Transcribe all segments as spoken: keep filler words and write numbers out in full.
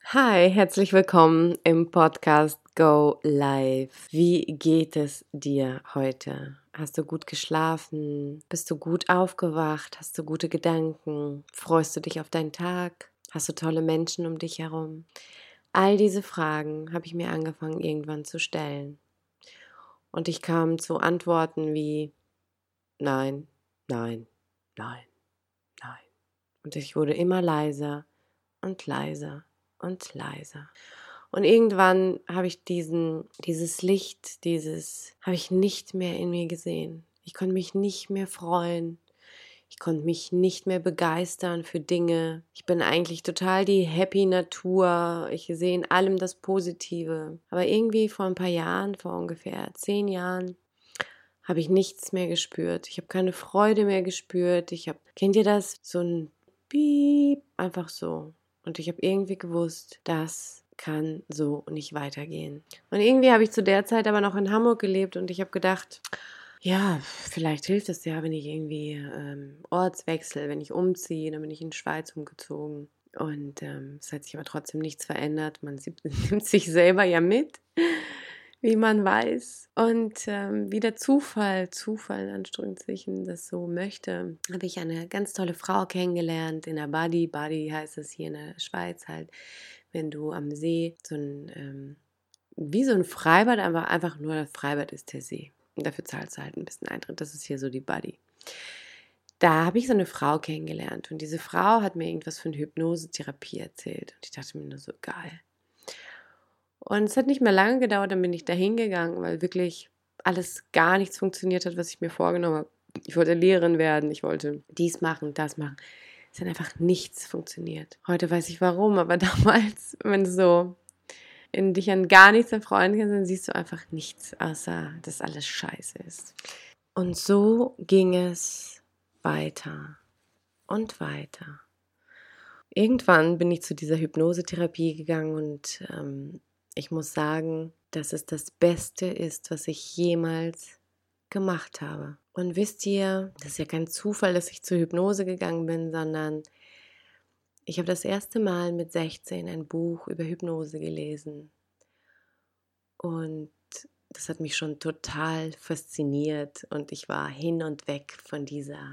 Hi, herzlich willkommen im Podcast Go Live. Wie geht es dir heute? Hast du gut geschlafen? Bist du gut aufgewacht? Hast du gute Gedanken? Freust du dich auf deinen Tag? Hast du tolle Menschen um dich herum? All diese Fragen habe ich mir angefangen irgendwann zu stellen. Und ich kam zu Antworten wie nein, nein, nein, nein. Und ich wurde immer leiser und leiser und leiser. Und irgendwann habe ich diesen, dieses Licht, dieses, habe ich nicht mehr in mir gesehen. Ich konnte mich nicht mehr freuen. Ich konnte mich nicht mehr begeistern für Dinge. Ich bin eigentlich total die happy Natur. Ich sehe in allem das Positive. Aber irgendwie vor ein paar Jahren, vor ungefähr zehn Jahren, habe ich nichts mehr gespürt. Ich habe keine Freude mehr gespürt. Ich habe, kennt ihr das? So ein Piep, einfach so. Und ich habe irgendwie gewusst, das kann so nicht weitergehen. Und irgendwie habe ich zu der Zeit aber noch in Hamburg gelebt und ich habe gedacht, ja, vielleicht hilft es ja, wenn ich irgendwie ähm, Ortswechsel, wenn ich umziehe, dann bin ich in die Schweiz umgezogen. Und ähm, es hat sich aber trotzdem nichts verändert. Man sieht, nimmt sich selber ja mit, wie man weiß. Und ähm, wie der Zufall, Zufall in Anführungszeichen, das so möchte, habe ich eine ganz tolle Frau kennengelernt in der Badi. Badi heißt es hier in der Schweiz halt, wenn du am See so ein, ähm, wie so ein Freibad, aber einfach nur das Freibad ist der See. Und dafür zahlst du halt ein bisschen Eintritt. Das ist hier so die Badi. Da habe ich so eine Frau kennengelernt und diese Frau hat mir irgendwas von Hypnosetherapie erzählt. Und ich dachte mir nur so, geil. Und es hat nicht mehr lange gedauert, dann bin ich da hingegangen, weil wirklich alles gar nichts funktioniert hat, was ich mir vorgenommen habe. Ich wollte Lehrerin werden, ich wollte dies machen, das machen. Es hat einfach nichts funktioniert. Heute weiß ich warum, aber damals, wenn du so in dich an gar nichts erfreuen kannst, dann siehst du einfach nichts, außer dass alles scheiße ist. Und so ging es weiter und weiter. Irgendwann bin ich zu dieser Hypnosetherapie gegangen und ähm, ich muss sagen, dass es das Beste ist, was ich jemals gemacht habe. Und wisst ihr, das ist ja kein Zufall, dass ich zur Hypnose gegangen bin, sondern ich habe das erste Mal mit sechzehn ein Buch über Hypnose gelesen. Und das hat mich schon total fasziniert und ich war hin und weg von dieser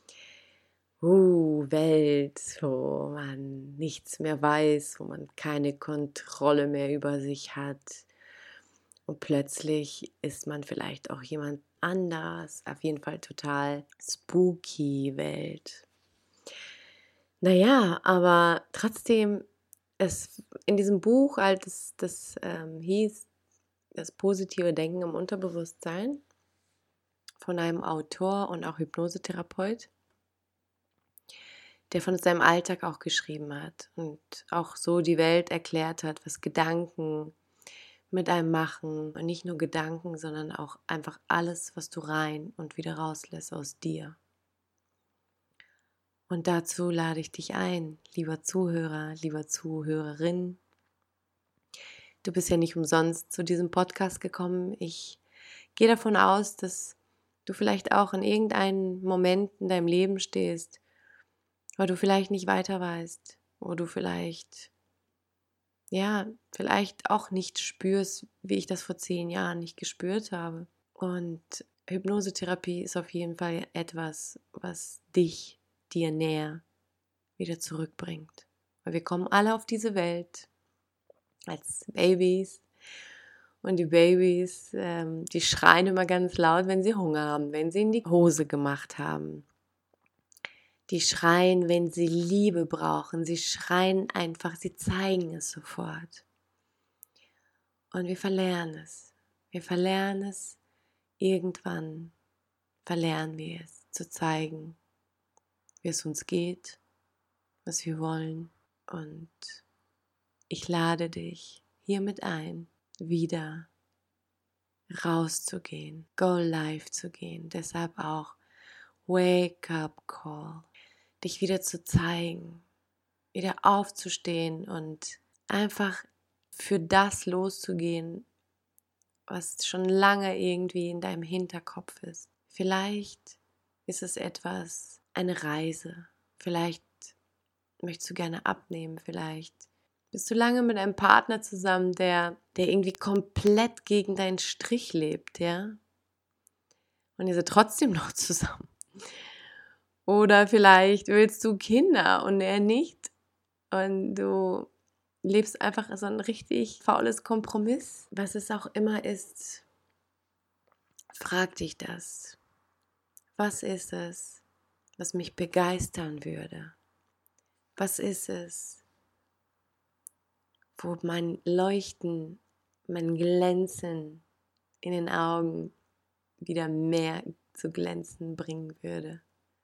uh, Welt, wo man nichts mehr weiß, wo man keine Kontrolle mehr über sich hat. Und plötzlich ist man vielleicht auch jemand anders, auf jeden Fall total spooky Welt. Naja, aber trotzdem, es in diesem Buch, halt, das, das ähm, hieß Das positive Denken im Unterbewusstsein von einem Autor und auch Hypnosetherapeut, der von seinem Alltag auch geschrieben hat und auch so die Welt erklärt hat, was Gedanken mit einem machen. Und nicht nur Gedanken, sondern auch einfach alles, was du rein und wieder rauslässt aus dir. Und dazu lade ich dich ein, lieber Zuhörer, lieber Zuhörerin. Du bist ja nicht umsonst zu diesem Podcast gekommen. Ich gehe davon aus, dass du vielleicht auch in irgendeinem Moment in deinem Leben stehst, wo du vielleicht nicht weiter weißt, wo du vielleicht, ja, vielleicht auch nicht spürst, wie ich das vor zehn Jahren nicht gespürt habe. Und Hypnosetherapie ist auf jeden Fall etwas, was dich dir näher wieder zurückbringt. Weil wir kommen alle auf diese Welt als Babys. Und die Babys, ähm, die schreien immer ganz laut, wenn sie Hunger haben, wenn sie in die Hose gemacht haben. Die schreien, wenn sie Liebe brauchen. Sie schreien einfach, sie zeigen es sofort. Und wir verlernen es. Wir verlernen es. Irgendwann verlernen wir es zu zeigen, wie es uns geht, was wir wollen. Und ich lade dich hiermit ein, wieder rauszugehen, go live zu gehen. Deshalb auch Wake up call. Dich wieder zu zeigen, wieder aufzustehen und einfach für das loszugehen, was schon lange irgendwie in deinem Hinterkopf ist. Vielleicht ist es etwas, eine Reise. Vielleicht möchtest du gerne abnehmen, vielleicht Bist du lange mit einem Partner zusammen, der, der irgendwie komplett gegen deinen Strich lebt, ja? Und ihr seid trotzdem noch zusammen. Oder vielleicht willst du Kinder und er nicht. Und du lebst einfach so ein richtig faules Kompromiss. Was es auch immer ist, frag dich das. Was ist es, was mich begeistern würde? Was ist es, wo mein Leuchten, mein Glänzen in den Augen wieder mehr zu glänzen bringen würde?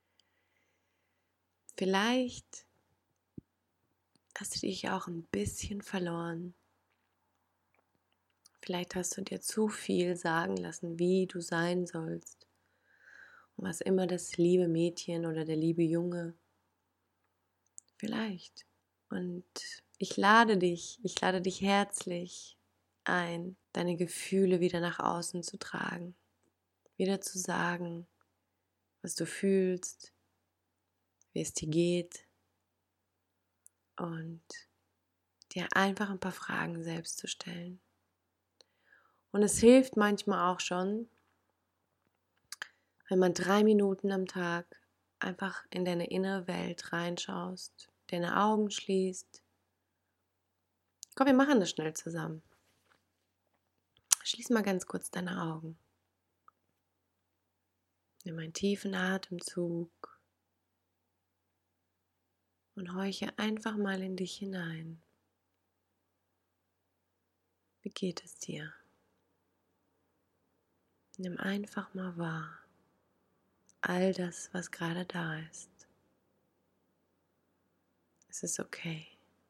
Vielleicht hast du dich auch ein bisschen verloren. Vielleicht hast du dir zu viel sagen lassen, wie du sein sollst. Und was immer das liebe Mädchen oder der liebe Junge. Vielleicht. Und ich lade dich, ich lade dich herzlich ein, deine Gefühle wieder nach außen zu tragen. Wieder zu sagen, was du fühlst, wie es dir geht. Und dir einfach ein paar Fragen selbst zu stellen. Und es hilft manchmal auch schon, wenn man drei Minuten am Tag einfach in deine innere Welt reinschaust, deine Augen schließt. Komm, wir machen das schnell zusammen. Schließ mal ganz kurz deine Augen. Nimm einen tiefen Atemzug und horche einfach mal in dich hinein. Wie geht es dir? Nimm einfach mal wahr all das, was gerade da ist. Es ist okay.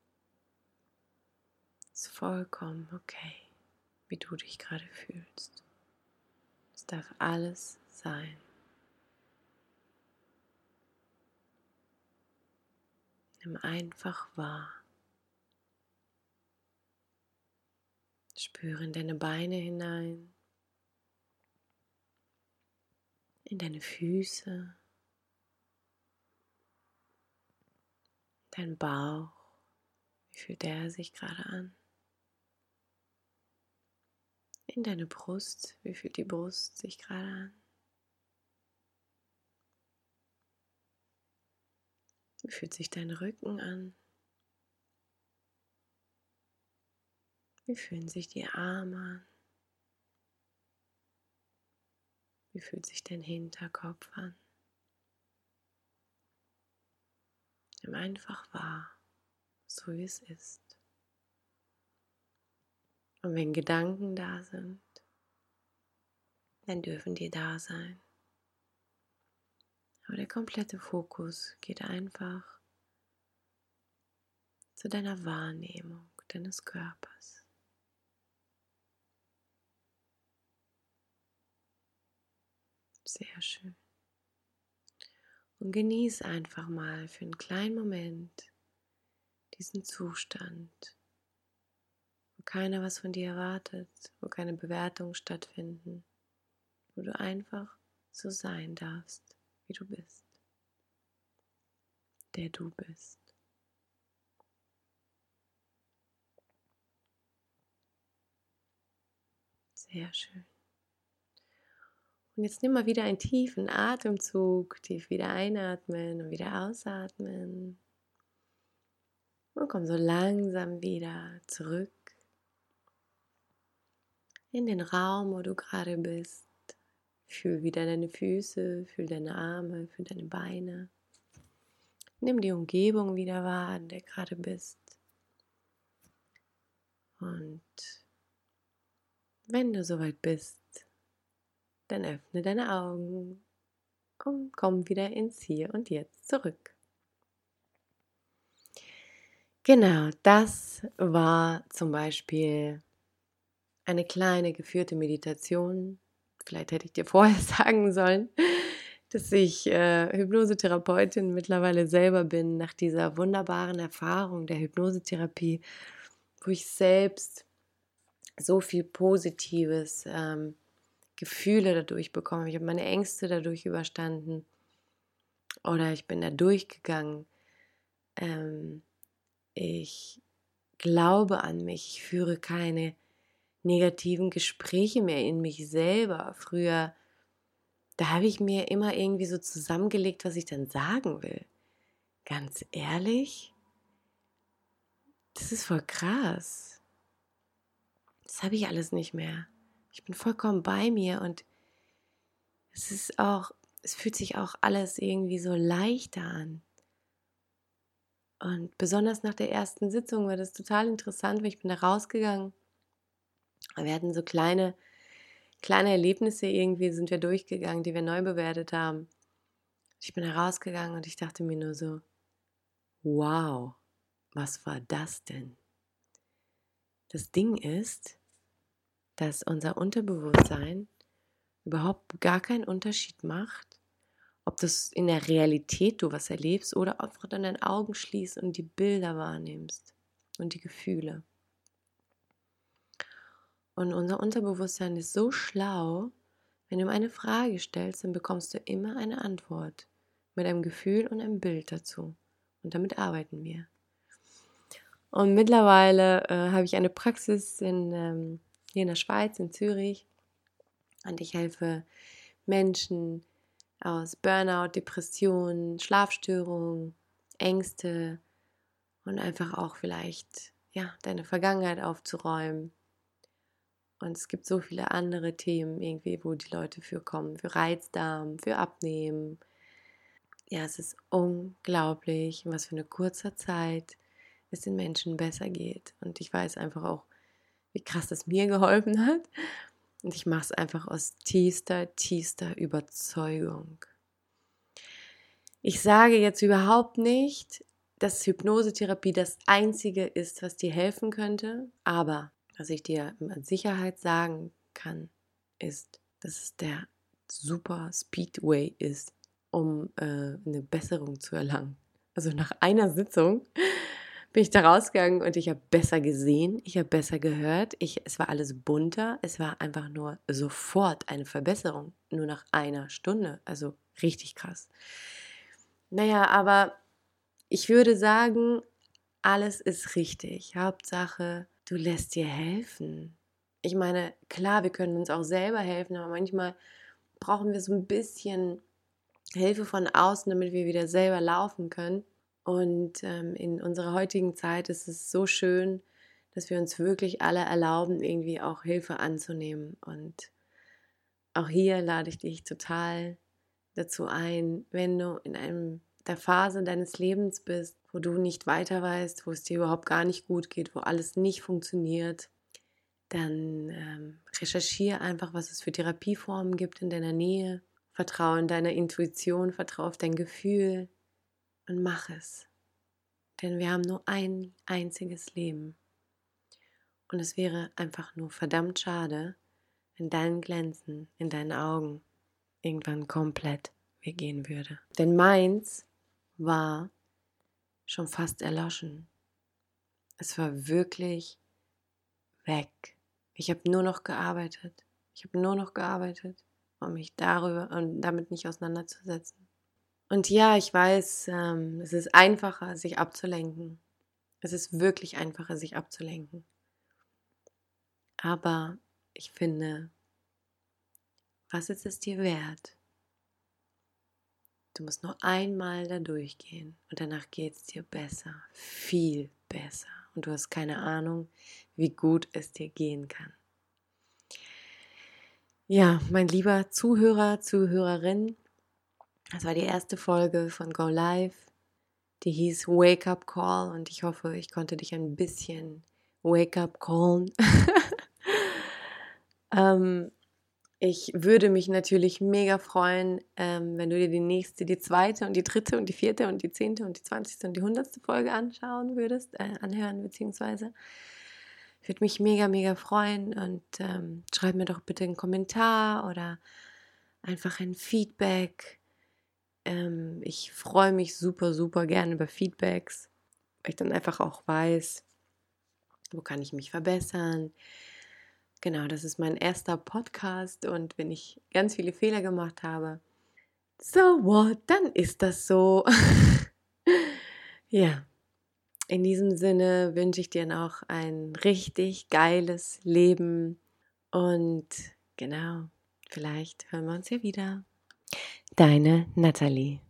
Es ist vollkommen okay, wie du dich gerade fühlst. Es darf alles sein. Nimm einfach wahr. Spüre in deine Beine hinein, in deine Füße, deinen Bauch. Wie fühlt der sich gerade an? In deine Brust. Wie fühlt die Brust sich gerade an? Wie fühlt sich dein Rücken an? Wie fühlen sich die Arme an? Wie fühlt sich dein Hinterkopf an? Nimm einfach wahr, so wie es ist. Und wenn Gedanken da sind, dann dürfen die da sein. Aber der komplette Fokus geht einfach zu deiner Wahrnehmung deines Körpers. Sehr schön. Und genieß einfach mal für einen kleinen Moment diesen Zustand, wo keiner was von dir erwartet, wo keine Bewertungen stattfinden, wo du einfach so sein darfst, wie du bist, der du bist. Sehr schön. Und jetzt nimm mal wieder einen tiefen Atemzug, tief wieder einatmen und wieder ausatmen. Und komm so langsam wieder zurück in den Raum, wo du gerade bist. Fühl wieder deine Füße, fühl deine Arme, fühl deine Beine. Nimm die Umgebung wieder wahr, in der du gerade bist. Und wenn du soweit bist, dann öffne deine Augen und komm wieder ins Hier und Jetzt zurück. Genau, das war zum Beispiel eine kleine geführte Meditation. Vielleicht hätte ich dir vorher sagen sollen, dass ich äh, Hypnosetherapeutin mittlerweile selber bin, nach dieser wunderbaren Erfahrung der Hypnosetherapie, wo ich selbst so viel Positives, ähm, Gefühle dadurch bekommen. Ich habe meine Ängste dadurch überstanden oder ich bin da durchgegangen. Ähm, ich glaube an mich, ich führe keine negativen Gespräche mehr in mich selber. Früher, da habe ich mir immer irgendwie so zusammengelegt, was ich dann sagen will. Ganz ehrlich, das ist voll krass. Das habe ich alles nicht mehr. Ich bin vollkommen bei mir und es ist auch, es fühlt sich auch alles irgendwie so leichter an. Und besonders nach der ersten Sitzung war das total interessant, weil ich bin da rausgegangen. Wir hatten so kleine, kleine Erlebnisse irgendwie, sind wir durchgegangen, die wir neu bewertet haben. Ich bin da rausgegangen und ich dachte mir nur so, wow, was war das denn? Das Ding ist, dass unser Unterbewusstsein überhaupt gar keinen Unterschied macht, ob das in der Realität du was erlebst oder einfach dann deine Augen schließt und die Bilder wahrnimmst und die Gefühle. Und unser Unterbewusstsein ist so schlau, wenn du ihm eine Frage stellst, dann bekommst du immer eine Antwort mit einem Gefühl und einem Bild dazu. Und damit arbeiten wir. Und mittlerweile äh, habe ich eine Praxis in, ähm, hier in der Schweiz, in Zürich. Und ich helfe Menschen aus Burnout, Depressionen, Schlafstörungen, Ängste und einfach auch vielleicht ja, deine Vergangenheit aufzuräumen. Und es gibt so viele andere Themen irgendwie, wo die Leute für kommen, für Reizdarm, für Abnehmen. Ja, es ist unglaublich, in was für eine kurze Zeit es den Menschen besser geht. Und ich weiß einfach auch, wie krass das mir geholfen hat. Und ich mache es einfach aus tiefster, tiefster Überzeugung. Ich sage jetzt überhaupt nicht, dass Hypnosetherapie das Einzige ist, was dir helfen könnte. Aber was ich dir mit Sicherheit sagen kann, ist, dass es der super Speedway ist, um äh, eine Besserung zu erlangen. Also nach einer Sitzung bin ich da rausgegangen und ich habe besser gesehen, ich habe besser gehört, ich, es war alles bunter, es war einfach nur sofort eine Verbesserung, nur nach einer Stunde, also richtig krass. Naja, aber ich würde sagen, alles ist richtig. Hauptsache, du lässt dir helfen. Ich meine, klar, wir können uns auch selber helfen, aber manchmal brauchen wir so ein bisschen Hilfe von außen, damit wir wieder selber laufen können. Und ähm, in unserer heutigen Zeit ist es so schön, dass wir uns wirklich alle erlauben, irgendwie auch Hilfe anzunehmen. Und auch hier lade ich dich total dazu ein, wenn du in einem der Phase deines Lebens bist, wo du nicht weiter weißt, wo es dir überhaupt gar nicht gut geht, wo alles nicht funktioniert, dann ähm, recherchiere einfach, was es für Therapieformen gibt in deiner Nähe. Vertraue in deiner Intuition, vertraue auf dein Gefühl und mach es. Denn wir haben nur ein einziges Leben. Und es wäre einfach nur verdammt schade, wenn dein Glänzen in deinen Augen irgendwann komplett weggehen würde. Denn meins war schon fast erloschen. Es war wirklich weg. Ich habe nur noch gearbeitet. Ich habe nur noch gearbeitet, um mich darüber und damit nicht auseinanderzusetzen. Und ja, ich weiß, ähm, es ist einfacher, sich abzulenken. Es ist wirklich einfacher, sich abzulenken. Aber ich finde, was ist es dir wert? Du musst nur einmal da durchgehen und danach geht es dir besser, viel besser. Und du hast keine Ahnung, wie gut es dir gehen kann. Ja, mein lieber Zuhörer, Zuhörerin, das war die erste Folge von Go Live. Die hieß Wake Up Call und ich hoffe, ich konnte dich ein bisschen Wake Up callen. ähm, Ich würde mich natürlich mega freuen, ähm, wenn du dir die nächste, die zweite und die dritte und die vierte und die zehnte und die zwanzigste und die hundertste Folge anschauen würdest, äh, anhören beziehungsweise. Ich würde mich mega, mega freuen und ähm, schreib mir doch bitte einen Kommentar oder einfach ein Feedback. Ähm, ich freue mich super, super gerne über Feedbacks, weil ich dann einfach auch weiß, wo kann ich mich verbessern. Genau, das ist mein erster Podcast und wenn ich ganz viele Fehler gemacht habe, so what, dann ist das so. Ja, in diesem Sinne wünsche ich dir noch ein richtig geiles Leben und genau, vielleicht hören wir uns hier wieder. Deine Nathalie.